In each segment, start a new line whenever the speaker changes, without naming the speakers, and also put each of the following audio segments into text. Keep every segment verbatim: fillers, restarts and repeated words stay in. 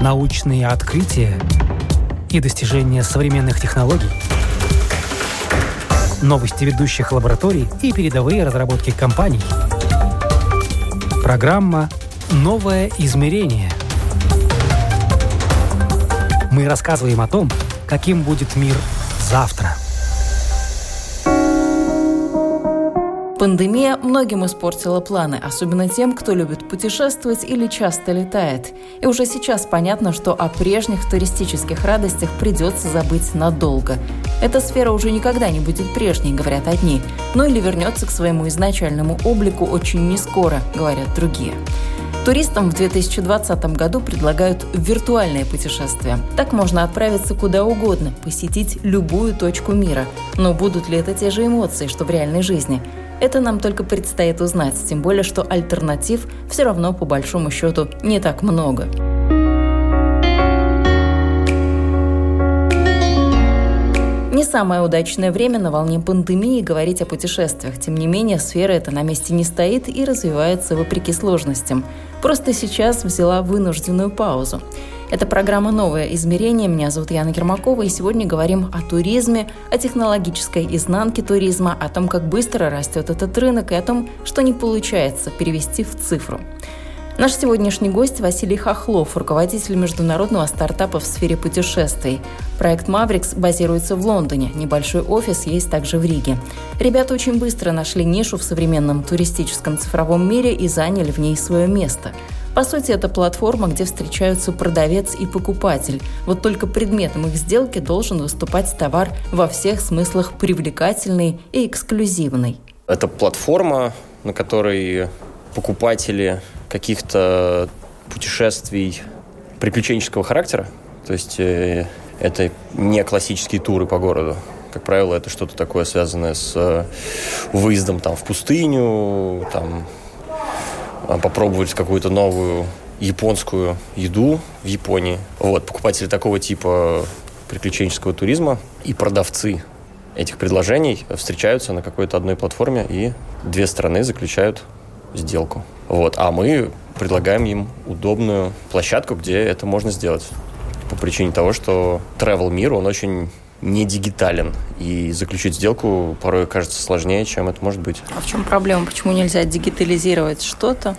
научные открытия и достижения современных технологий, новости ведущих лабораторий и передовые разработки компаний. Программа «Новое измерение». Мы рассказываем о том, каким будет мир завтра.
Пандемия многим испортила планы, особенно тем, кто любит путешествовать или часто летает. И уже сейчас понятно, что о прежних туристических радостях придется забыть надолго. Эта сфера уже никогда не будет прежней, говорят одни, ну или вернется к своему изначальному облику очень нескоро, говорят другие. Туристам в две тысячи двадцатом году предлагают виртуальные путешествия. Так можно отправиться куда угодно, посетить любую точку мира. Но будут ли это те же эмоции, что в реальной жизни? Это нам только предстоит узнать, тем более, что альтернатив все равно, по большому счету, не так много. Не самое удачное время на волне пандемии говорить о путешествиях. Тем не менее, сфера эта на месте не стоит и развивается вопреки сложностям. Просто сейчас взяла вынужденную паузу. Это программа «Новое измерение». Меня зовут Яна Ермакова, и сегодня говорим о туризме, о технологической изнанке туризма, о том, как быстро растет этот рынок и о том, что не получается перевести в цифру. Наш сегодняшний гость Василий Хохлов, руководитель международного стартапа в сфере путешествий. Проект «Маврикс» базируется в Лондоне. Небольшой офис есть также в Риге. Ребята очень быстро нашли нишу в современном туристическом цифровом мире и заняли в ней свое место. По сути, это платформа, где встречаются продавец и покупатель. Вот только предметом их сделки должен выступать товар во всех смыслах привлекательный и эксклюзивный.
Это платформа, на которой покупатели каких-то путешествий приключенческого характера, то есть э, это не классические туры по городу. Как правило, это что-то такое, связанное с э, выездом там, в пустыню, там, попробовать какую-то новую японскую еду в Японии. Вот, покупатели такого типа приключенческого туризма и продавцы этих предложений встречаются на какой-то одной платформе, и две стороны заключают сделку. Вот. А мы предлагаем им удобную площадку, где это можно сделать. По причине того, что travel-мир, он очень не дигитален. И заключить сделку порой кажется сложнее, чем это может быть.
А в чем проблема? Почему нельзя дигитализировать что-то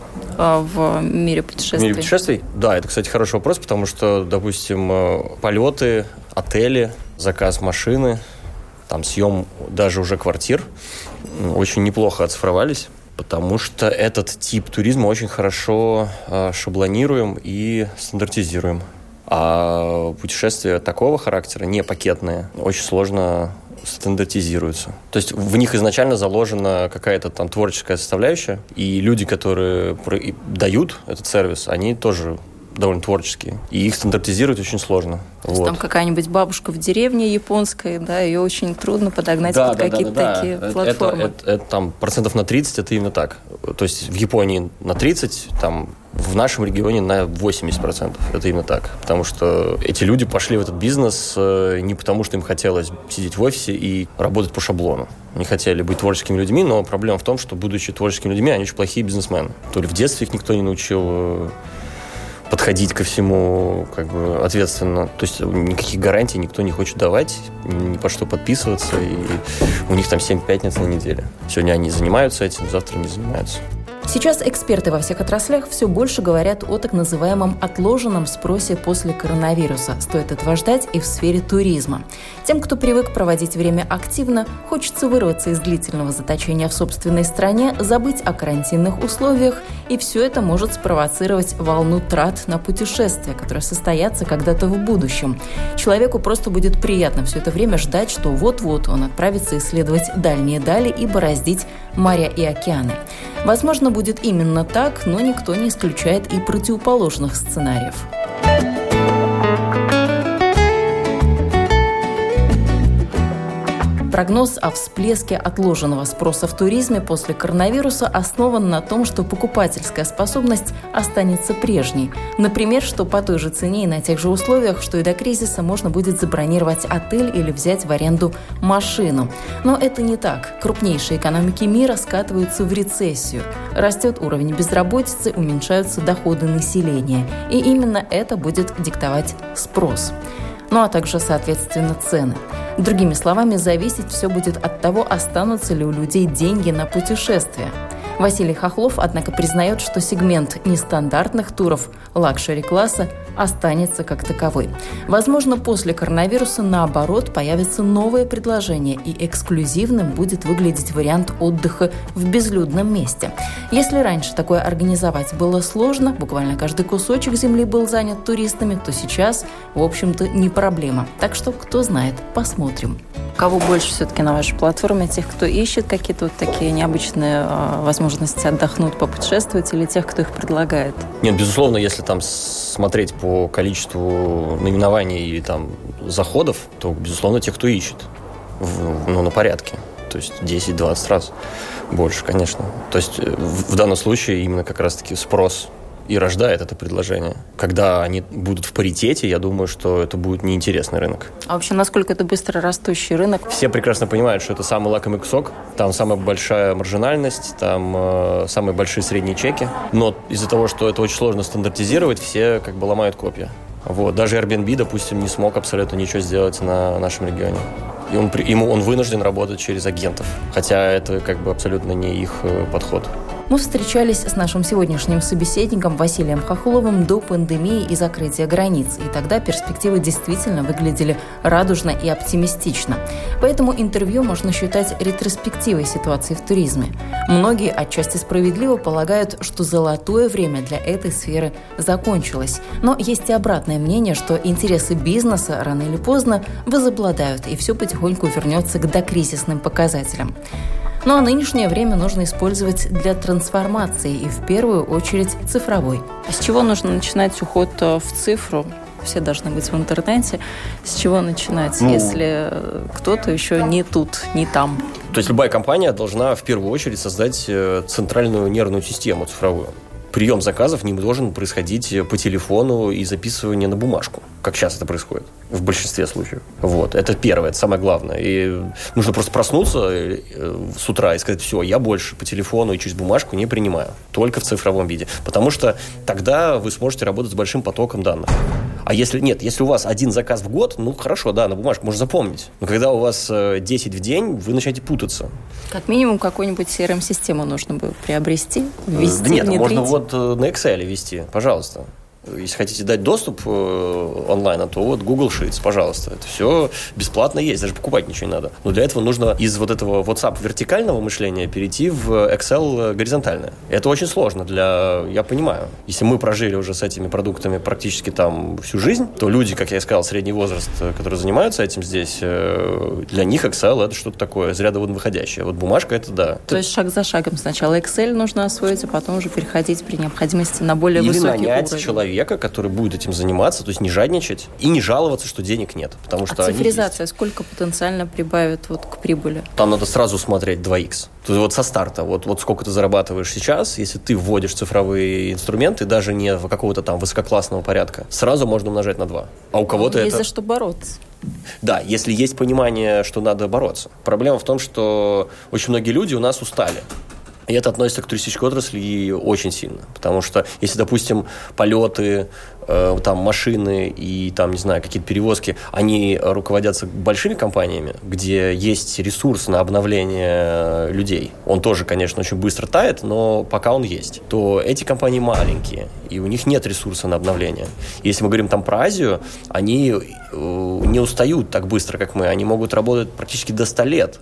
в мире путешествий?
В мире путешествий? Да, это, кстати, хороший вопрос, потому что, допустим, полеты, отели, заказ машины, там съем даже уже квартир очень неплохо оцифровались, потому что этот тип туризма очень хорошо э, шаблонируем и стандартизируем. А путешествия такого характера, не пакетные, очень сложно стандартизируются. То есть в них изначально заложена какая-то там творческая составляющая, и люди, которые дают этот сервис, они тоже довольно творческие. И их стандартизировать очень сложно.
То есть вот. Там какая-нибудь бабушка в деревне японской, да, ее очень трудно подогнать да, под да, какие-то да, да, такие да. платформы.
Это, это, это там процентов на тридцать, это именно так. То есть в Японии на тридцать, там в нашем регионе на восемьдесят процентов. Это именно так. Потому что эти люди пошли в этот бизнес не потому, что им хотелось сидеть в офисе и работать по шаблону. Они хотели быть творческими людьми, но проблема в том, что, будучи творческими людьми, они очень плохие бизнесмены. То ли в детстве их никто не научил подходить ко всему как бы ответственно. То есть никаких гарантий никто не хочет давать, ни по что подписываться. И у них там семь пятниц на неделе. Сегодня они занимаются этим, завтра не занимаются.
Сейчас эксперты во всех отраслях все больше говорят о так называемом отложенном спросе после коронавируса. Стоит этого ждать и в сфере туризма. Тем, кто привык проводить время активно, хочется вырваться из длительного заточения в собственной стране, забыть о карантинных условиях, и все это может спровоцировать волну трат на путешествия, которые состоятся когда-то в будущем. Человеку просто будет приятно все это время ждать, что вот-вот он отправится исследовать дальние дали и бороздить моря и океаны. Возможно, будет именно так, но никто не исключает и противоположных сценариев. Прогноз о всплеске отложенного спроса в туризме после коронавируса основан на том, что покупательская способность останется прежней. Например, что по той же цене и на тех же условиях, что и до кризиса, можно будет забронировать отель или взять в аренду машину. Но это не так. Крупнейшие экономики мира скатываются в рецессию. Растет уровень безработицы, уменьшаются доходы населения. И именно это будет диктовать спрос. Ну а также, соответственно, цены. Другими словами, зависеть все будет от того, останутся ли у людей деньги на путешествия. Василий Хохлов, однако, признает, что сегмент нестандартных туров лакшери-класса останется как таковой. Возможно, после коронавируса, наоборот, появятся новые предложения, и эксклюзивным будет выглядеть вариант отдыха в безлюдном месте. Если раньше такое организовать было сложно, буквально каждый кусочек земли был занят туристами, то сейчас, в общем-то, не проблема. Так что, кто знает, посмотрим. Кого больше все-таки на вашей платформе? Тех, кто ищет какие-то вот такие необычные э, возможности отдохнуть, попутешествовать, или тех, кто их предлагает?
Нет, безусловно, если там смотреть по количеству наименований или там заходов, то, безусловно, тех, кто ищет. В, ну, на порядке. То есть десять-двадцать раз больше, конечно. То есть в, в данном случае именно как раз-таки спрос и рождает это предложение. Когда они будут в паритете, я думаю, что это будет неинтересный рынок.
А вообще, насколько это быстро растущий рынок?
Все прекрасно понимают, что это самый лакомый кусок. Там самая большая маржинальность, там э, самые большие средние чеки. Но из-за того, что это очень сложно стандартизировать, все как бы ломают копья. Вот. Даже Airbnb, допустим, не смог абсолютно ничего сделать на нашем регионе. И он, ему, он вынужден работать через агентов. Хотя это как бы абсолютно не их э, подход.
Мы встречались с нашим сегодняшним собеседником Василием Хохловым до пандемии и закрытия границ, и тогда перспективы действительно выглядели радужно и оптимистично. Поэтому интервью можно считать ретроспективой ситуации в туризме. Многие, отчасти справедливо, полагают, что золотое время для этой сферы закончилось. Но есть и обратное мнение, что интересы бизнеса рано или поздно возобладают, и все потихоньку вернется к докризисным показателям. Ну а нынешнее время нужно использовать для трансформации, и в первую очередь цифровой. А с чего нужно начинать уход в цифру? Все должны быть в интернете. С чего начинать, ну, если кто-то еще не тут, не там?
То есть любая компания должна в первую очередь создать центральную нервную систему цифровую. Прием заказов не должен происходить по телефону и записывание на бумажку, как сейчас это происходит в большинстве случаев. Вот. Это первое, это самое главное. И нужно просто проснуться с утра и сказать: все, я больше по телефону и через бумажку не принимаю, только в цифровом виде. Потому что тогда вы сможете работать с большим потоком данных. А если нет, если у вас один заказ в год, ну хорошо, да, на бумажку можно запомнить. Но когда у вас десять в день, вы начинаете путаться.
Как минимум какую-нибудь си эр эм-систему нужно бы приобрести, ввести,
да нет,
внедрить.
Можно вот на Excel ввести, пожалуйста. Если хотите дать доступ э, онлайн, то вот Google Sheets, пожалуйста. Это все бесплатно есть, даже покупать ничего не надо. Но для этого нужно из вот этого WhatsApp вертикального мышления перейти в Excel горизонтальное. Это очень сложно для... Я понимаю. Если мы прожили уже с этими продуктами практически там всю жизнь, то люди, как я и сказал, средний возраст, которые занимаются этим здесь, э, для них Excel это что-то такое, из ряда вон выходящее. Вот бумажка это да.
То есть шаг за шагом. Сначала Excel нужно освоить, а потом уже переходить при необходимости на более
Или
высокий
нанять
уровень.
Человека, который будет этим заниматься, то есть не жадничать и не жаловаться, что денег нет. Потому что
а цифризация сколько потенциально прибавит вот к прибыли?
Там надо сразу смотреть два икс. То есть вот со старта, вот, вот сколько ты зарабатываешь сейчас, если ты вводишь цифровые инструменты, даже не в какого-то там высококлассного порядка, сразу можно умножать на два. А у кого-то
есть
это...
за что бороться.
Да, если есть понимание, что надо бороться. Проблема в том, что очень многие люди у нас устали. И это относится к туристической отрасли очень сильно. Потому что если, допустим, полеты, э, там, машины и там, не знаю, какие-то перевозки, они руководятся большими компаниями, где есть ресурс на обновление людей. Он тоже, конечно, очень быстро тает, но пока он есть. То эти компании маленькие, и у них нет ресурса на обновление. Если мы говорим там про Азию, они э, не устают так быстро, как мы. Они могут работать практически до ста лет.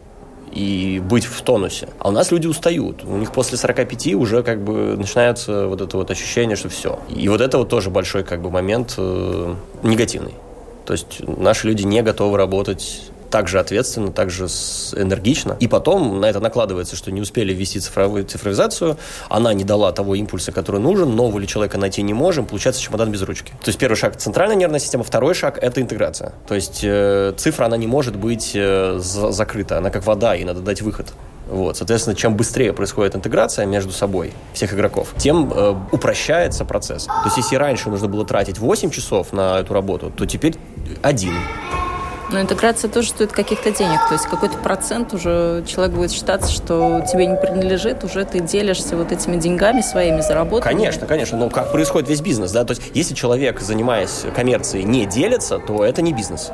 И быть в тонусе. А у нас люди устают. У них после сорока пяти уже как бы начинается вот это вот ощущение, что все. И вот это вот тоже большой как бы момент э, негативный. То есть наши люди не готовы работать так же ответственно, так же энергично. И потом на это накладывается, что не успели ввести цифровую цифровизацию, она не дала того импульса, который нужен, нового ли человека найти не можем, получается чемодан без ручки. То есть первый шаг – центральная нервная система, второй шаг – это интеграция. То есть э, цифра, она не может быть э, за- закрыта, она как вода, ей надо дать выход. Вот. Соответственно, чем быстрее происходит интеграция между собой всех игроков, тем э, упрощается процесс. То есть если раньше нужно было тратить восемь часов на эту работу, то теперь один.
Но интеграция тоже стоит каких-то денег. То есть какой-то процент уже человек будет считаться, что тебе не принадлежит, уже ты делишься вот этими деньгами своими заработанными.
Конечно, конечно. Но как происходит весь бизнес, да? То есть если человек, занимаясь коммерцией, не делится, то это не бизнес.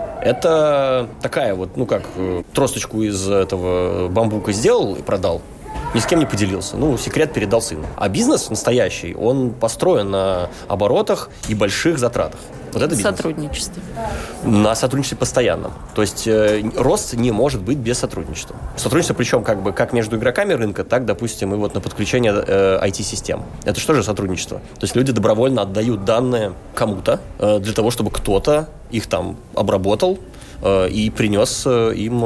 Это такая вот, ну как, тросточку из этого бамбука сделал и продал. Ни с кем не поделился. Ну, секрет передал сыну. А бизнес настоящий, он построен на оборотах и больших затратах. Вот это бизнес.
Сотрудничество.
На сотрудничестве постоянном. То есть э, рост не может быть без сотрудничества. Сотрудничество, причем как бы как между игроками рынка, так, допустим, и вот на подключение э, ай ти-систем. Это что же сотрудничество? То есть люди добровольно отдают данные кому-то э, для того, чтобы кто-то их там обработал э, и принес э, им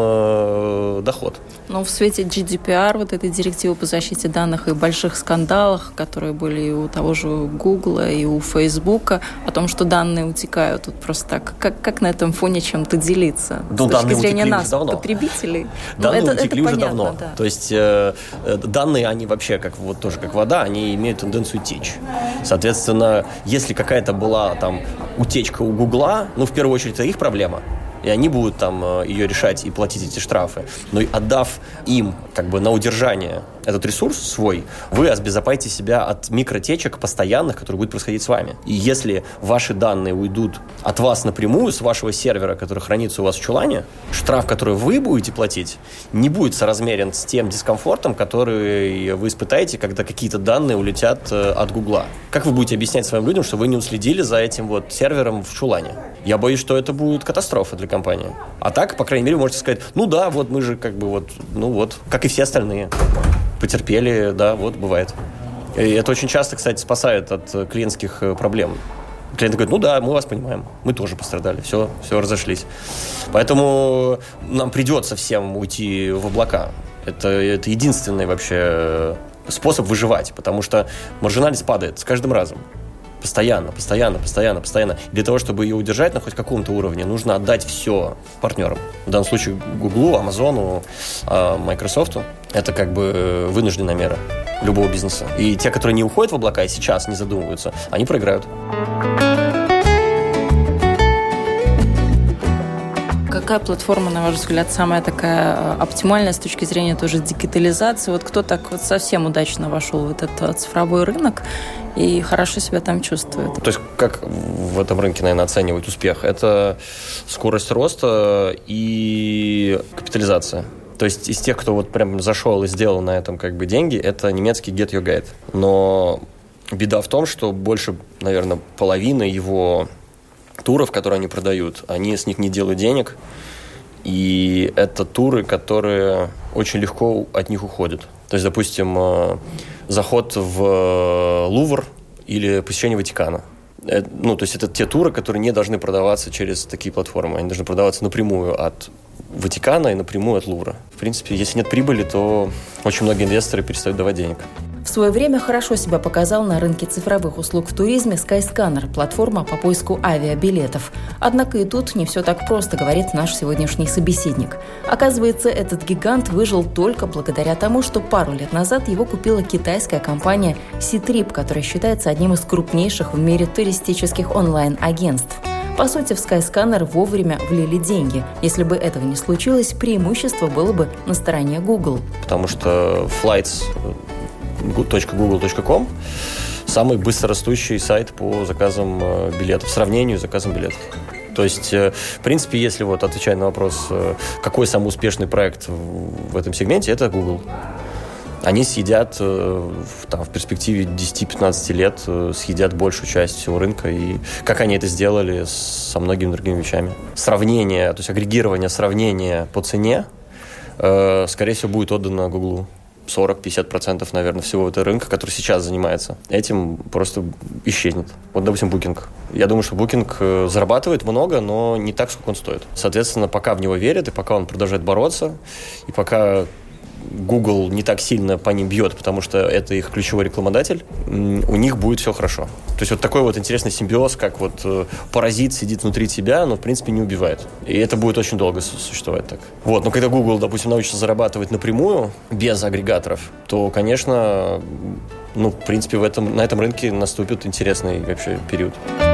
э, доход.
Но в свете джи ди пи ар, вот этой директивы по защите данных и больших скандалах, которые были и у того же Гугла, и у Фейсбука, о том, что данные утекают, вот просто так, как, как на этом фоне чем-то делиться?
Ну,
с точки зрения нас,
давно.
потребителей?
Данные
ну, это,
утекли
это
уже
понятно,
давно.
Да.
То есть э, данные, они вообще, как, вот, тоже как вода, они имеют тенденцию течь. Соответственно, если какая-то была там утечка у Гугла, ну, в первую очередь, это их проблема. И они будут там ее решать и платить эти штрафы. Но отдав им как бы на удержание этот ресурс свой, вы обезопасите себя от микротечек постоянных, которые будут происходить с вами. И если ваши данные уйдут от вас напрямую, с вашего сервера, который хранится у вас в чулане, штраф, который вы будете платить, не будет соразмерен с тем дискомфортом, который вы испытаете, когда какие-то данные улетят от Гугла. Как вы будете объяснять своим людям, что вы не уследили за этим вот сервером в чулане? Я боюсь, что это будет катастрофа для компании. А так, по крайней мере, вы можете сказать, ну да, вот мы же как бы вот, ну вот, как и все остальные. Потерпели, да, вот, бывает. И это очень часто, кстати, спасает от клиентских проблем. Клиент говорит, ну да, мы вас понимаем, мы тоже пострадали, все, все, разошлись. Поэтому нам придется всем уйти в облака. Это, это единственный вообще способ выживать, потому что маржинальность падает с каждым разом. Постоянно, постоянно, постоянно, постоянно. Для того, чтобы ее удержать на хоть каком-то уровне, нужно отдать все партнерам. В данном случае Гуглу, Амазону, Майкрософту. Это как бы вынужденная мера любого бизнеса. И те, которые не уходят в облака и сейчас не задумываются, они проиграют.
Какая платформа, на ваш взгляд, самая такая оптимальная с точки зрения тоже дигитализации? Вот кто так вот совсем удачно вошел в этот цифровой рынок и хорошо себя там чувствует?
То есть как в этом рынке, наверное, оценивать успех? Это скорость роста и капитализация. То есть из тех, кто вот прям зашел и сделал на этом как бы деньги, это немецкий Get Your Guide. Но беда в том, что больше, наверное, половины его туров, которые они продают, они с них не делают денег, и это туры, которые очень легко от них уходят. То есть, допустим, заход в Лувр или посещение Ватикана. Ну, то есть это те туры, которые не должны продаваться через такие платформы. Они должны продаваться напрямую от Ватикана и напрямую от Лувра. В принципе, если нет прибыли, то очень многие инвесторы перестают давать денег.
В свое время хорошо себя показал на рынке цифровых услуг в туризме Skyscanner, платформа по поиску авиабилетов. Однако и тут не все так просто, говорит наш сегодняшний собеседник. Оказывается, этот гигант выжил только благодаря тому, что пару лет назад его купила китайская компания Ctrip, которая считается одним из крупнейших в мире туристических онлайн-агентств. По сути, в Skyscanner вовремя влили деньги. Если бы этого не случилось, преимущество было бы на стороне Google.
Потому что flights точка гугл точка ком самый быстрорастущий сайт по заказам билетов, сравнению с заказом билетов. То есть, в принципе, если вот отвечать на вопрос, какой самый успешный проект в этом сегменте, это Google. Они съедят там, в перспективе десять-пятнадцать лет съедят большую часть всего рынка. И как они это сделали со многими другими вещами. Сравнение, то есть агрегирование, сравнение по цене, скорее всего, будет отдано Google. сорок-пятьдесят процентов, наверное, всего этого рынка, который сейчас занимается этим, просто исчезнет. Вот, допустим, Booking. Я думаю, что Booking зарабатывает много, но не так, сколько он стоит. Соответственно, пока в него верят, и пока он продолжает бороться, и пока Google не так сильно по ним бьет, потому что это их ключевой рекламодатель, у них будет все хорошо. То есть вот такой вот интересный симбиоз, как вот паразит сидит внутри тебя, но в принципе не убивает. И это будет очень долго существовать так. Вот, но когда Google, допустим, научится зарабатывать напрямую, без агрегаторов, то, конечно, ну, в принципе, в этом, на этом рынке наступит интересный вообще период.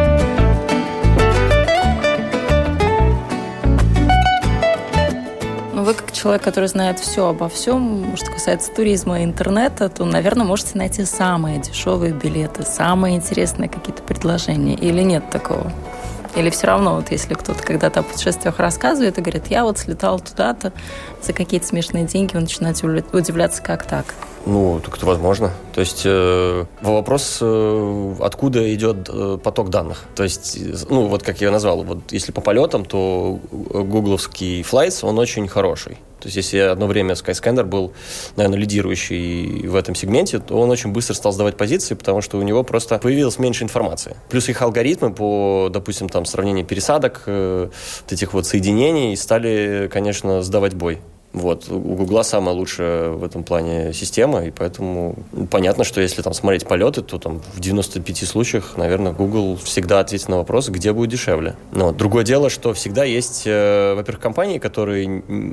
Вы, как человек, который знает все обо всем, что касается туризма и интернета, то, наверное, можете найти самые дешевые билеты, самые интересные какие-то предложения. Или нет такого? Или все равно, вот если кто-то когда-то о путешествиях рассказывает и говорит, я вот слетал туда-то за какие-то смешные деньги, вы начинаете удивляться, как так?
Ну, так это возможно. То есть э, вопрос, э, откуда идет э, поток данных. То есть, ну, вот как я назвал, вот если по полетам, то гугловский Flights, он очень хороший. То есть, если одно время Skyscanner был, наверное, лидирующий в этом сегменте, то он очень быстро стал сдавать позиции, потому что у него просто появилось меньше информации. Плюс их алгоритмы по, допустим, там, сравнению пересадок, э, вот этих вот соединений стали, конечно, сдавать бой. Вот. У Гугла самая лучшая в этом плане система, и поэтому понятно, что если там смотреть полеты, то там в девяноста пяти случаях, наверное, Google всегда ответит на вопрос, где будет дешевле. Но другое дело, что всегда есть, э, во-первых, компании, которые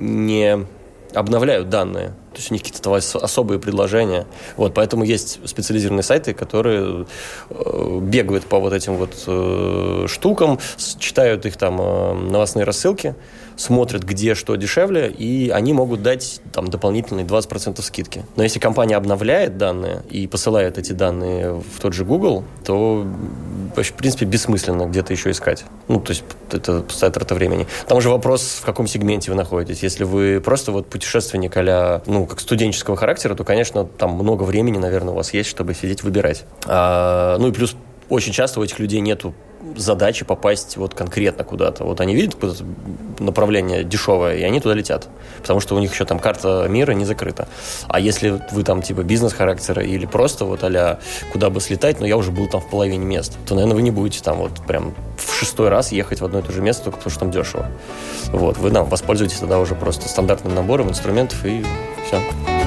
не обновляют данные. То есть у них какие-то особые предложения. Вот, поэтому есть специализированные сайты, которые э, бегают по вот этим вот э, штукам, читают их там э, новостные рассылки, смотрят, где что дешевле, и они могут дать там дополнительные двадцать процентов скидки. Но если компания обновляет данные и посылает эти данные в тот же Google, то, в принципе, бессмысленно где-то еще искать. Ну, то есть это пустая трата времени. Там уже вопрос, в каком сегменте вы находитесь. Если вы просто вот путешественник а-ля, ну, как студенческого характера, то, конечно, там много времени, наверное, у вас есть, чтобы сидеть выбирать. А, ну и плюс очень часто у этих людей нету задачи попасть вот конкретно куда-то. Вот они видят куда-то направление дешевое, и они туда летят. Потому что у них еще там карта мира не закрыта. А если вы там типа бизнес-характера или просто вот а-ля куда бы слетать, но я уже был там в половине мест, то, наверное, вы не будете там вот прям в шестой раз ехать в одно и то же место, только потому что там дешево. Вот. Вы нам воспользуетесь тогда уже просто стандартным набором инструментов и все.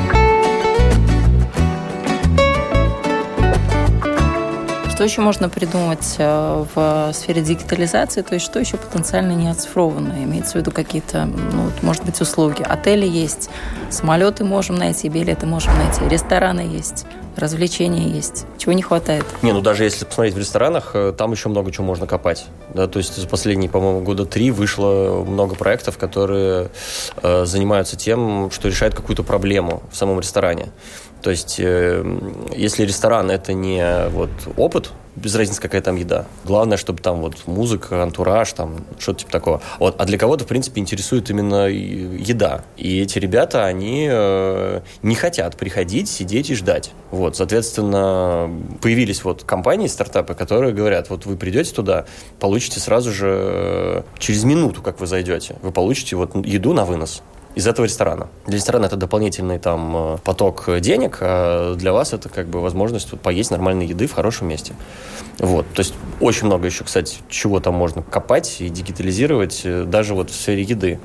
Что еще можно придумать в сфере дигитализации? То есть что еще потенциально не оцифровано? Имеется в виду какие-то, ну, может быть, услуги. Отели есть, самолеты можем найти, билеты можем найти, рестораны есть, развлечения есть. Чего не хватает?
Не, ну даже если посмотреть в ресторанах, там еще много чего можно копать. Да, то есть за последние, по-моему, года три вышло много проектов, которые э, занимаются тем, что решают какую-то проблему в самом ресторане. То есть, э, если ресторан – это не вот, опыт, без разницы, какая там еда. Главное, чтобы там вот музыка, антураж, там что-то типа такого. Вот. А для кого-то, в принципе, интересует именно еда. И эти ребята, они э, не хотят приходить, сидеть и ждать. Вот. Соответственно, появились вот компании, стартапы, которые говорят, вот вы придете туда, получите сразу же, э, через минуту, как вы зайдете, вы получите вот еду на вынос из этого ресторана. Для ресторана это дополнительный там поток денег, а для вас это как бы возможность поесть нормальной еды в хорошем месте. Вот. То есть очень много еще, кстати, чего там можно копать и дигитализировать, даже вот в сфере еды.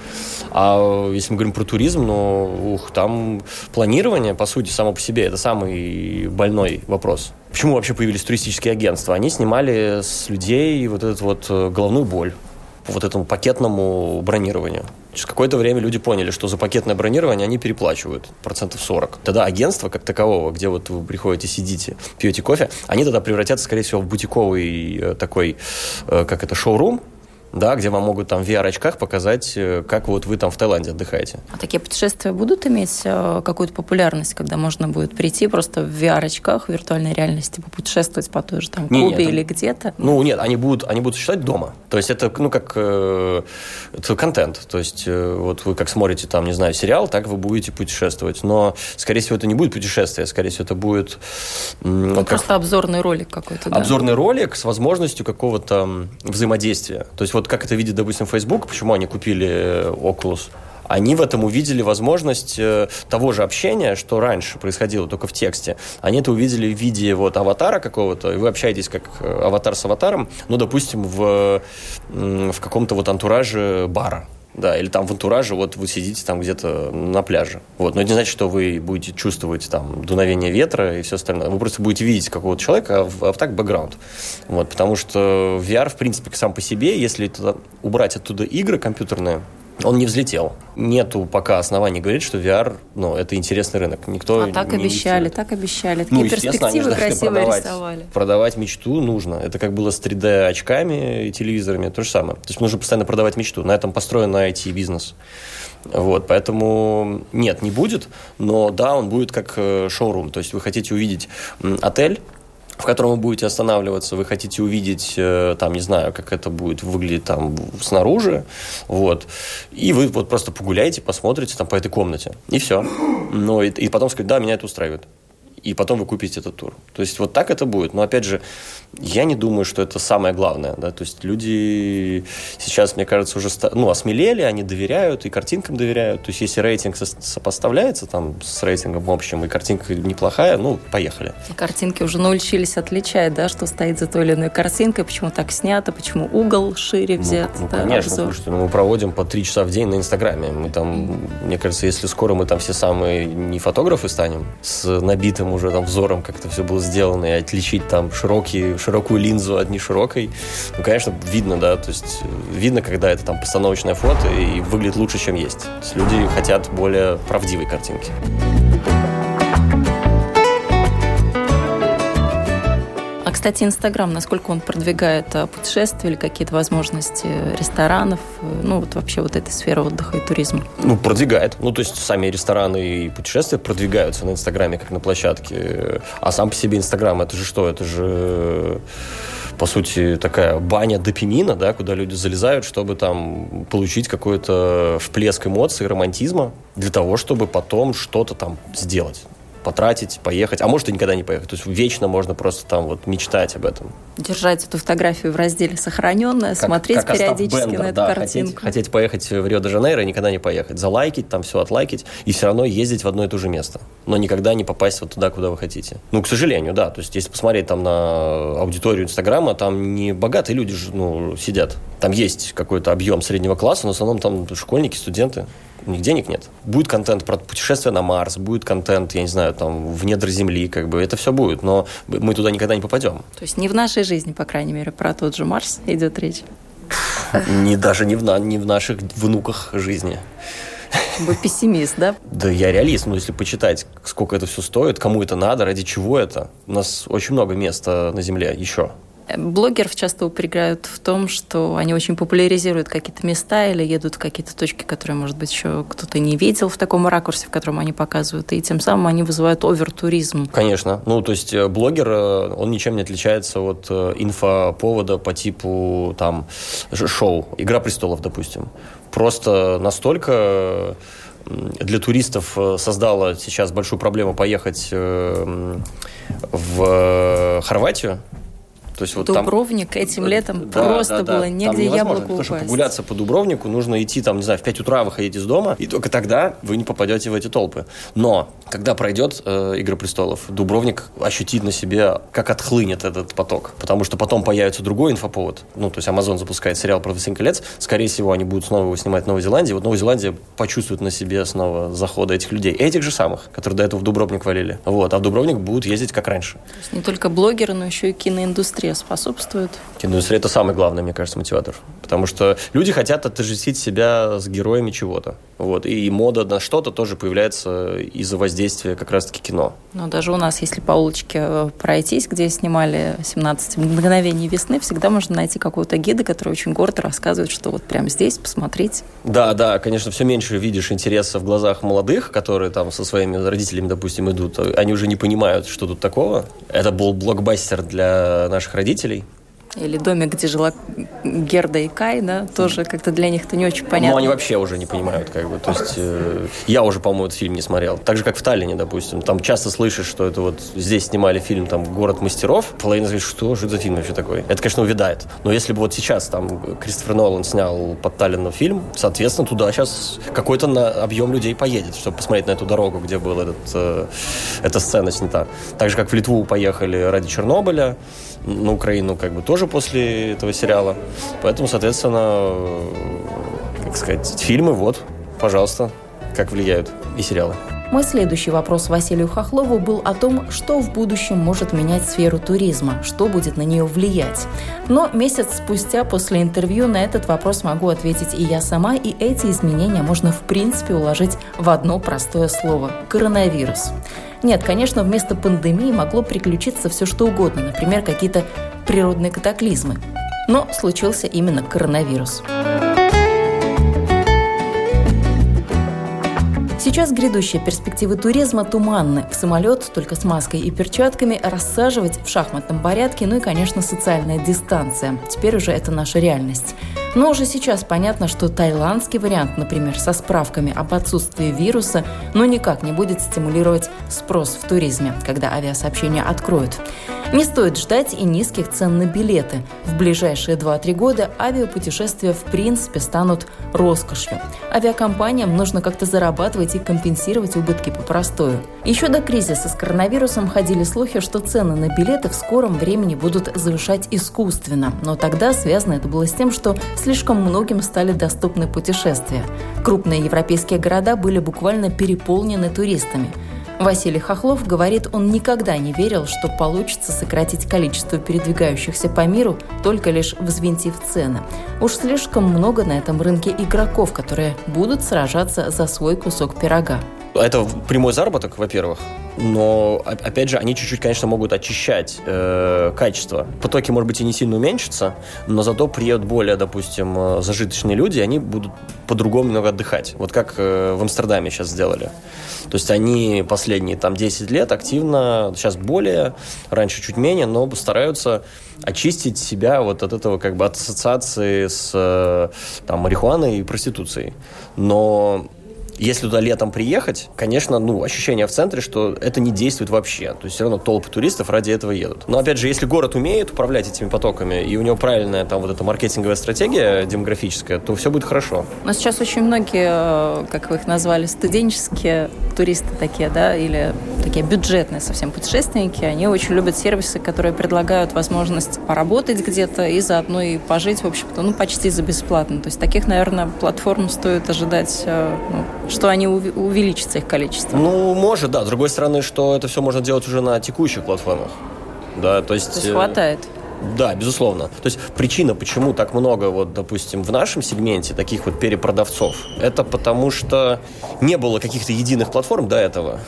А если мы говорим про туризм, ну, ух, там планирование, по сути, само по себе, это самый больной вопрос. Почему вообще появились туристические агентства? Они снимали с людей вот эту вот головную боль по вот этому пакетному бронированию. Через какое-то время люди поняли, что за пакетное бронирование они переплачивают процентов сорок. Тогда агентство как такового, где вот вы приходите, сидите, пьете кофе, они тогда превратятся, скорее всего, в бутиковый такой, как это, шоурум, да, где вам могут там в ви ар-очках показать, как вот вы там в Таиланде отдыхаете.
А такие путешествия будут иметь какую-то популярность, когда можно будет прийти просто в ви ар-очках, в виртуальной реальности, попутешествовать по той же там Кубе нет, или где-то?
Ну, нет, они будут, они будут существовать дома. То есть это, ну, как э, это контент. То есть э, вот вы как смотрите там, не знаю, сериал, так вы будете путешествовать. Но, скорее всего, это не будет путешествие, скорее всего, это будет...
Ну, вот просто как... обзорный ролик какой-то, да?
Обзорный ролик с возможностью какого-то взаимодействия. То есть вот как это видит, допустим, Facebook, почему они купили Oculus, они в этом увидели возможность э, того же общения, что раньше происходило только в тексте. Они это увидели в виде вот аватара какого-то, и вы общаетесь как аватар с аватаром, ну, допустим, в, в каком-то вот антураже бара. Да, или там в антураже вот вы сидите там где-то на пляже. Вот. Но это не значит, что вы будете чувствовать там дуновение ветра и все остальное. Вы просто будете видеть какого-то человека, а, а так бэкграунд. Вот. Потому что ви ар, в принципе, сам по себе, если туда, убрать оттуда игры компьютерные, он не взлетел. Нету пока оснований говорить, что ви ар, ну, это интересный рынок. Никто
а так
не
обещали,
инвестирует.
так обещали. Такие
ну,
перспективы красиво
продавать,
рисовали.
Продавать мечту нужно. Это как было с три дэ-очками и телевизорами. То же самое. То есть нужно постоянно продавать мечту. На этом построен ай ти-бизнес. Вот, поэтому нет, не будет. Но да, он будет как шоурум. То есть вы хотите увидеть отель, в котором вы будете останавливаться, вы хотите увидеть, там, не знаю, как это будет выглядеть там снаружи, вот, и вы вот просто погуляете, посмотрите там по этой комнате, и все. Ну, и, и потом сказать, да, меня это устраивает. И потом вы купите этот тур. То есть вот так это будет. Но опять же, я не думаю, что это самое главное. Да? То есть люди сейчас, мне кажется, уже ну, осмелели, они доверяют и картинкам доверяют. То есть если рейтинг со- сопоставляется там, с рейтингом общим, и картинка неплохая, ну, поехали.
И картинки уже научились отличать, да, что стоит за той или иной картинкой, почему так снято, почему угол шире взят.
Ну, ну
да,
конечно,
обзор.
слушайте, ну, мы проводим по три часа в день на Инстаграме. Мы там, мне кажется, если скоро мы там все самые не фотографы станем, с набитым уже там взором, как это все было сделано, и отличить там широкий, широкую линзу от неширокой, ну, конечно, видно, да, то есть видно, когда это там постановочное фото и выглядит лучше, чем есть. То есть люди хотят более правдивой картинки.
А, кстати, Инстаграм, насколько он продвигает путешествия или какие-то возможности ресторанов, ну, вот вообще вот этой сферы отдыха и туризма?
Ну, продвигает. Ну, то есть сами рестораны и путешествия продвигаются на Инстаграме, как на площадке. А сам по себе Инстаграм, это же что? Это же, по сути, такая баня допамина, да, куда люди залезают, чтобы там получить какой-то всплеск эмоций, романтизма, для того, чтобы потом что-то там сделать. Потратить, поехать, а может и никогда не поехать. То есть вечно можно просто там вот мечтать об этом.
Держать эту фотографию в разделе «Сохраненная», как, смотреть как периодически Бендер, на эту
да,
картинку.
Хотеть, хотеть поехать в Рио-де-Жанейро и никогда не поехать. Залайкить, там все отлайкить, и все равно ездить в одно и то же место. Но никогда не попасть вот туда, куда вы хотите. Ну, к сожалению, да. То есть если посмотреть там на аудиторию Инстаграма, там не богатые люди ну, сидят. Там есть какой-то объем среднего класса, но в основном там школьники, студенты. У них денег нет. Будет контент про путешествие на Марс, будет контент, я не знаю, там, в недра Земли, как бы, это все будет, но мы туда никогда не попадем.
То есть не в нашей жизни, по крайней мере, про тот же Марс идет речь?
Не, даже не в, на, не в наших внуках жизни.
Вы пессимист, да?
Да я реалист, но если почитать, сколько это все стоит, кому это надо, ради чего это, у нас очень много места на Земле еще.
Блогеров часто упрекают в том, что они очень популяризируют какие-то места или едут в какие-то точки, которые, может быть, еще кто-то не видел в таком ракурсе, в котором они показывают, и тем самым они вызывают овертуризм.
Конечно. Ну, то есть блогер, он ничем не отличается от инфоповода по типу там шоу «Игра престолов», допустим. Просто настолько для туристов создала сейчас большую проблему поехать в Хорватию. То есть вот
Дубровник
там,
этим летом
да,
просто
да,
было
да.
негде яблоку упасть.
Потому что погуляться по Дубровнику нужно идти, там, не знаю, в пять утра выходить из дома, и только тогда вы не попадете в эти толпы. Но когда пройдет э, «Игра престолов», Дубровник ощутит на себе, как отхлынет этот поток. Потому что потом появится другой инфоповод. Ну, то есть Amazon запускает сериал про «Властелин колец». Скорее всего, они будут снова его снимать в Новой Зеландии. Вот Новая Зеландия почувствует на себе снова заходы этих людей. Этих же самых, которые до этого в Дубровник валили. Вот. А в Дубровник будут ездить как раньше.
То есть не только блогеры, но еще и киноиндустрия способствует.
Киноиндустрия – это самый главный, мне кажется, мотиватор. Потому что люди хотят отождествить себя с героями чего-то. Вот. И мода на что-то тоже появляется из-за воздействия как раз-таки кино.
Но даже у нас, если по улочке пройтись, где снимали семнадцать мгновений весны, всегда можно найти какого-то гида, который очень гордо рассказывает, что вот прямо здесь, посмотрите.
Да, да, конечно, все меньше видишь интереса в глазах молодых, которые там со своими родителями, допустим, идут. Они уже не понимают, что тут такого. Это был блокбастер для наших родителей.
или «Домик, где жила Герда и Кай», да, тоже как-то для них это не очень понятно.
Ну, они вообще уже не понимают, как бы, то есть э, я уже, по-моему, этот фильм не смотрел. Так же, как в Таллине, допустим, там часто слышишь, что это вот здесь снимали фильм, там, «Город мастеров», половина говорит, что же это за фильм вообще такой? Это, конечно, увядает. Но если бы вот сейчас там Кристофер Нолан снял под Таллином фильм, соответственно, туда сейчас какой-то на объем людей поедет, чтобы посмотреть на эту дорогу, где была этот, э, эта сцена снята. Так же, как в Литву поехали ради Чернобыля, на Украину как бы тоже после этого сериала. Поэтому, соответственно, как сказать, фильмы, вот, пожалуйста, как влияют и сериалы.
Мой следующий вопрос Василию Хохлову был о том, что в будущем может менять сферу туризма, что будет на нее влиять. Но месяц спустя после интервью на этот вопрос могу ответить и я сама, и эти изменения можно в принципе уложить в одно простое слово – коронавирус. Нет, конечно, вместо пандемии могло приключиться все что угодно, например, какие-то природные катаклизмы. Но случился именно коронавирус. Сейчас грядущие перспективы туризма туманны. В самолет только с маской и перчатками, рассаживать в шахматном порядке, ну и, конечно, социальная дистанция. Теперь уже это наша реальность. Но уже сейчас понятно, что таиландский вариант, например, со справками об отсутствии вируса, ну никак не будет стимулировать спрос в туризме, когда авиасообщения откроют. Не стоит ждать и низких цен на билеты. В ближайшие два-три года авиапутешествия в принципе станут роскошью. Авиакомпаниям нужно как-то зарабатывать и компенсировать убытки по простою. Еще до кризиса с коронавирусом ходили слухи, что цены на билеты в скором времени будут завышать искусственно. Но тогда связано это было с тем, что слишком многим стали доступны путешествия. Крупные европейские города были буквально переполнены туристами. Василий Хохлов говорит, он никогда не верил, что получится сократить количество передвигающихся по миру, только лишь взвинтив цены. Уж слишком много на этом рынке игроков, которые будут сражаться за свой кусок пирога.
Это прямой заработок, во-первых. Но, опять же, они чуть-чуть, конечно, могут очищать э, качество. Потоки, может быть, и не сильно уменьшатся, но зато приедут более, допустим, зажиточные люди, и они будут по-другому немного отдыхать. Вот как э, в Амстердаме сейчас сделали. То есть они последние там десять лет активно, сейчас более, раньше чуть менее, но стараются очистить себя вот от этого, как бы, от ассоциации с там, марихуаной и проституцией. Но если туда летом приехать, конечно, ну, ощущение в центре, что это не действует вообще. То есть все равно толпы туристов ради этого едут. Но, опять же, если город умеет управлять этими потоками, и у него правильная там вот эта маркетинговая стратегия демографическая, то все будет хорошо.
Но сейчас очень многие, как вы их назвали, студенческие туристы такие, да, или такие бюджетные совсем путешественники, они очень любят сервисы, которые предлагают возможность поработать где-то и заодно и пожить, в общем-то, ну, почти за бесплатно. То есть таких, наверное, платформ стоит ожидать, ну, что они увеличатся, их количество.
Ну, может, да. С другой стороны, что это все можно делать уже на текущих платформах. Да, то есть...
То есть хватает?
Да, безусловно. То есть причина, почему так много, вот, допустим, в нашем сегменте таких вот перепродавцов, это потому что не было каких-то единых платформ до этого,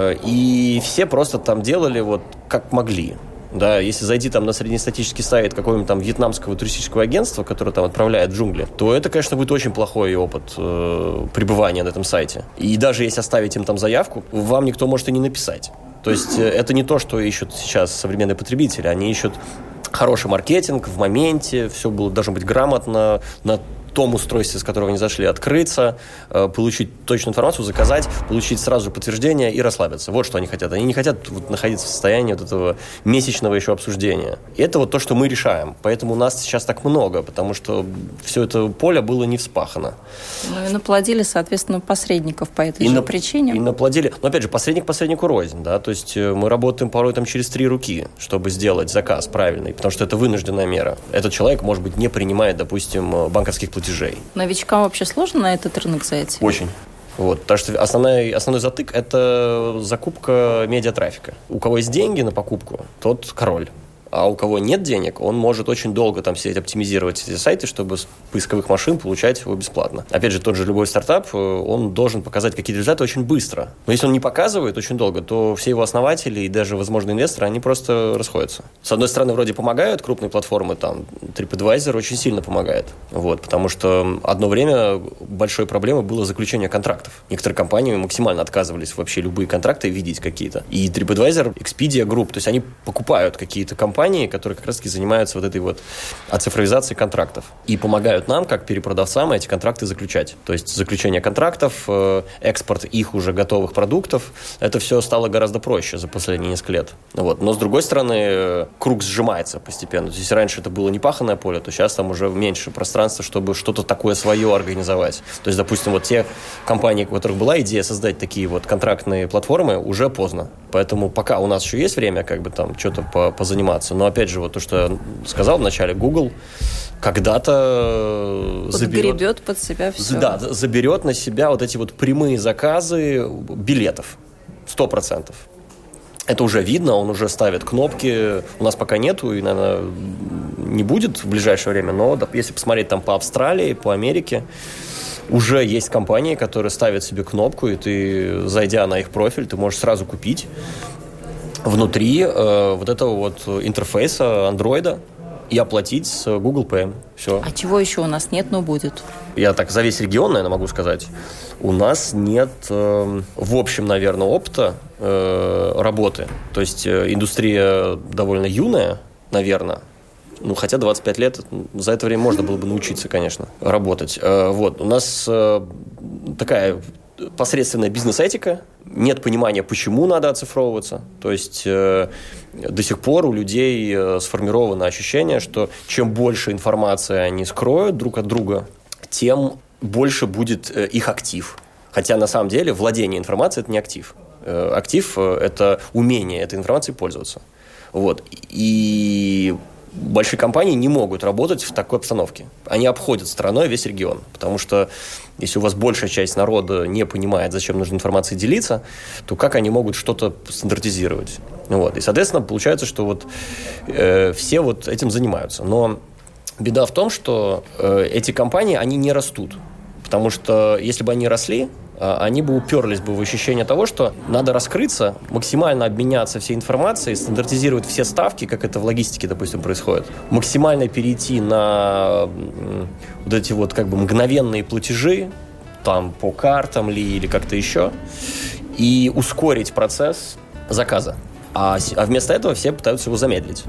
и все просто там делали вот как могли. Да, если зайти там на среднестатистический сайт какого-нибудь там вьетнамского туристического агентства, которое там отправляет в джунгли, то это, конечно, будет очень плохой опыт э, пребывания на этом сайте. И даже если оставить им там заявку, вам никто может и не написать. То есть э, это не то, что ищут сейчас современные потребители. Они ищут хороший маркетинг в моменте, все было, должно быть грамотно, на том устройстве, с которого они зашли, открыться, получить точную информацию, заказать, получить сразу же подтверждение и расслабиться. Вот что они хотят. Они не хотят вот находиться в состоянии вот этого месячного еще обсуждения. И это вот то, что мы решаем. Поэтому у нас сейчас так много, потому что все это поле было не вспахано.
Ну и наплодили, соответственно, посредников по этой
и
же
на,
причине.
И наплодили. Но опять же, посредник посреднику рознь. Да? То есть мы работаем порой там через три руки, чтобы сделать заказ правильный, потому что это вынужденная мера. Этот человек, может быть, не принимает, допустим, банковских платежей.
Новичкам вообще сложно на этот рынок зайти?
Очень. Вот, потому что основной, основной затык – это закупка медиатрафика. У кого есть деньги на покупку, тот король. А у кого нет денег, он может очень долго там сидеть, оптимизировать эти сайты, чтобы с поисковых машин получать его бесплатно. Опять же, тот же любой стартап, он должен показать какие-то результаты очень быстро. Но если он не показывает очень долго, то все его основатели и даже, возможно, инвесторы, они просто расходятся. С одной стороны, вроде помогают крупные платформы, там, TripAdvisor очень сильно помогает. Вот, потому что одно время большой проблемой было заключение контрактов. Некоторые компании максимально отказывались вообще любые контракты видеть какие-то. И TripAdvisor, Expedia Group, то есть они покупают какие-то компании, компании, которые как раз-таки занимаются вот этой вот оцифровизацией контрактов и помогают нам, как перепродавцам, эти контракты заключать. То есть заключение контрактов, экспорт их уже готовых продуктов, это все стало гораздо проще за последние несколько лет. Вот. Но, с другой стороны, круг сжимается постепенно. То есть, если раньше это было не паханное поле, то сейчас там уже меньше пространства, чтобы что-то такое свое организовать. То есть, допустим, вот те компании, у которых была идея создать такие вот контрактные платформы, уже поздно. Поэтому пока у нас еще есть время как бы там что-то позаниматься. Но, опять же, вот то, что я сказал вначале, Google когда-то заберет...
Подгребет под себя все.
Да, заберет на себя вот эти вот прямые заказы билетов. Сто процентов. Это уже видно, он уже ставит кнопки. У нас пока нету, и, наверное, не будет в ближайшее время. Но если посмотреть там по Австралии, по Америке, уже есть компании, которые ставят себе кнопку, и ты, зайдя на их профиль, ты можешь сразу купить внутри э, вот этого вот интерфейса андроида и оплатить с Google Pay. Все.
А чего еще у нас нет, но будет?
Я так за весь регион, наверное, могу сказать. У нас нет, э, в общем, наверное, опыта э, работы. То есть э, индустрия довольно юная, наверное. Ну, хотя двадцать пять лет, за это время можно было бы научиться, конечно, работать. Э, вот. У нас э, такая посредственная бизнес-этика, нет понимания, почему надо оцифровываться. То есть э, до сих пор у людей э, сформировано ощущение, что чем больше информации они скроют друг от друга, тем больше будет э, их актив. Хотя на самом деле владение информацией – это не актив. Э, актив э, – это умение этой информацией пользоваться. Вот. И большие компании не могут работать в такой обстановке. Они обходят стороной весь регион. Потому что если у вас большая часть народа не понимает, зачем нужно информацией делиться, то как они могут что-то стандартизировать? Вот. И, соответственно, получается, что вот, э, все вот этим занимаются. Но беда в том, что э, эти компании, они не растут. Потому что если бы они росли, они бы уперлись бы в ощущение того, что надо раскрыться, максимально обменяться всей информацией, стандартизировать все ставки, как это в логистике, допустим, происходит, максимально перейти на вот эти вот как бы мгновенные платежи, там по картам ли или как-то еще, и ускорить процесс заказа. А, а вместо этого все пытаются его замедлить.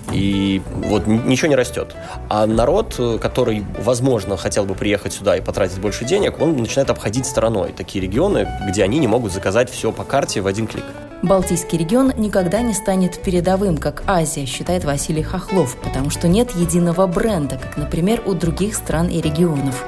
И вот ничего не растет. А народ, который, возможно, хотел бы приехать сюда и потратить больше денег, он начинает обходить стороной такие регионы, где они не могут заказать все по карте в один клик.
Балтийский регион никогда не станет передовым, как Азия, считает Василий Хохлов, потому что нет единого бренда, как, например, у других стран и регионов.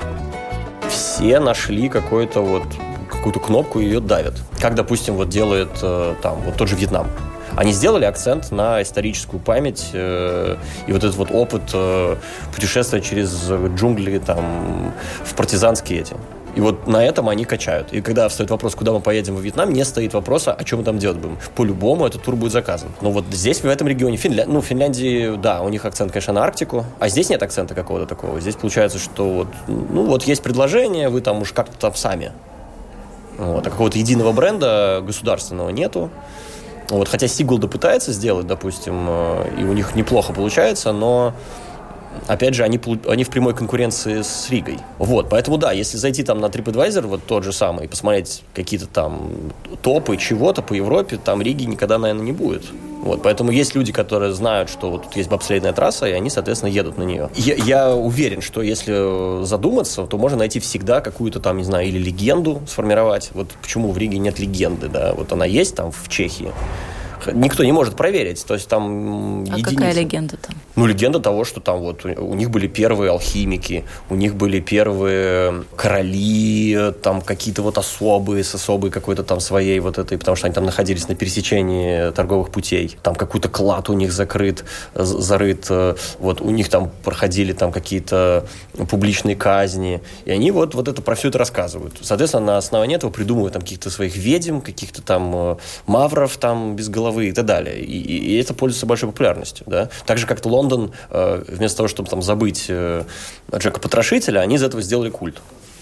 Все нашли какую-то вот, какую-то кнопку и ее давят. Как, допустим, вот делает там вот тот же Вьетнам. Они сделали акцент на историческую память э, и вот этот вот опыт э, путешествия через джунгли там, в партизанские эти. И вот на этом они качают. И когда встает вопрос, куда мы поедем во Вьетнам, не стоит вопроса, а что мы там делать будем. По-любому этот тур будет заказан. Но вот здесь, в этом регионе, Финля... ну, в Финляндии, да, у них акцент, конечно, на Арктику, а здесь нет акцента какого-то такого. Здесь получается, что вот, ну, вот есть предложение, вы там уж как-то там сами. Вот. А какого-то единого бренда государственного нету. Вот, хотя Сигулда пытается сделать, допустим, и у них неплохо получается, но, опять же, они, они в прямой конкуренции с Ригой. Вот, поэтому, да, если зайти там на TripAdvisor, вот тот же самый, и посмотреть какие-то там топы чего-то по Европе, там Риги никогда, наверное, не будет. Вот, поэтому есть люди, которые знают, что вот тут есть бобслейдная трасса, и они, соответственно, едут на нее. Я, я уверен, что если задуматься, то можно найти всегда какую-то там, не знаю, или легенду сформировать. Вот почему в Риге нет легенды, да? Вот она есть там в Чехии. Никто не может проверить, то есть там
а
единицы.
Какая легенда там?
Ну, легенда того, что там вот у них были первые алхимики, у них были первые короли, там какие-то вот особые, с особой какой-то там своей вот этой, потому что они там находились на пересечении торговых путей, там какой-то клад у них закрыт, зарыт, вот у них там проходили там какие-то публичные казни, и они вот, вот это про все это рассказывают. Соответственно, на основании этого придумывают там каких-то своих ведьм, каких-то там мавров там без головы и так далее. И, и это пользуется большой популярностью. Да? Так же, как Лондон, э, вместо того, чтобы там забыть э, Джека Потрошителя, они из этого сделали культ.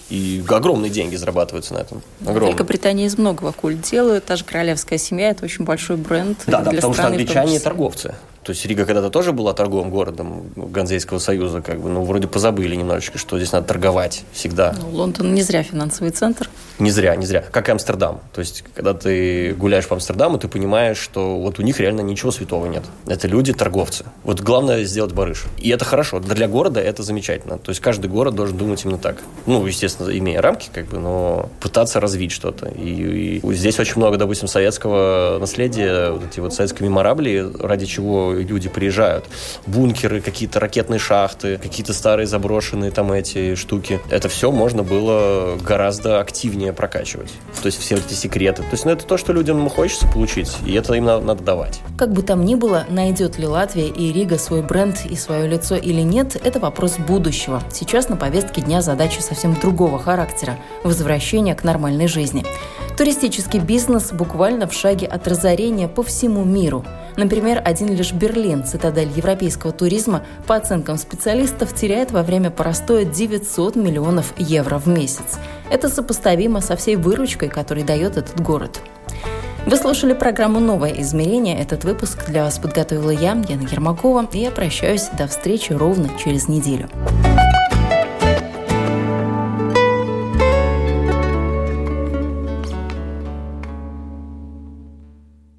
И огромные деньги зарабатываются на этом. Огромные.
В Великобритании из многого культ делают. Та же королевская семья – это очень большой бренд
да,
для
да, потому
страны.
Что англичане торговцы. То есть Рига когда-то тоже была торговым городом Ганзейского союза, как бы, ну, вроде позабыли немножечко, что здесь надо торговать всегда.
Ну, Лондон не зря финансовый центр.
Не зря, не зря. Как и Амстердам. То есть, когда ты гуляешь по Амстердаму, ты понимаешь, что вот у них реально ничего святого нет. Это люди-торговцы. Вот главное сделать барыш. И это хорошо. Для города это замечательно. То есть, каждый город должен думать именно так. Ну, естественно, имея рамки, как бы, но пытаться развить что-то. И, и здесь очень много, допустим, советского наследия, вот эти вот советские меморабли, ради чего люди приезжают. Бункеры, какие-то ракетные шахты, какие-то старые заброшенные там эти штуки. Это все можно было гораздо активнее прокачивать. То есть все эти секреты. То есть ну, это то, что людям хочется получить, и это им надо, надо давать.
Как бы там ни было, найдет ли Латвия и Рига свой бренд и свое лицо или нет, это вопрос будущего. Сейчас на повестке дня задачи совсем другого характера – возвращение к нормальной жизни. Туристический бизнес буквально в шаге от разорения по всему миру. Например, один лишь Берлин, цитадель европейского туризма, по оценкам специалистов, теряет во время простоя девятьсот миллионов евро в месяц. Это сопоставимо со всей выручкой, которую дает этот город. Вы слушали программу «Новое измерение». Этот выпуск для вас подготовила я, Яна Ермакова, и я прощаюсь до встречи ровно через неделю.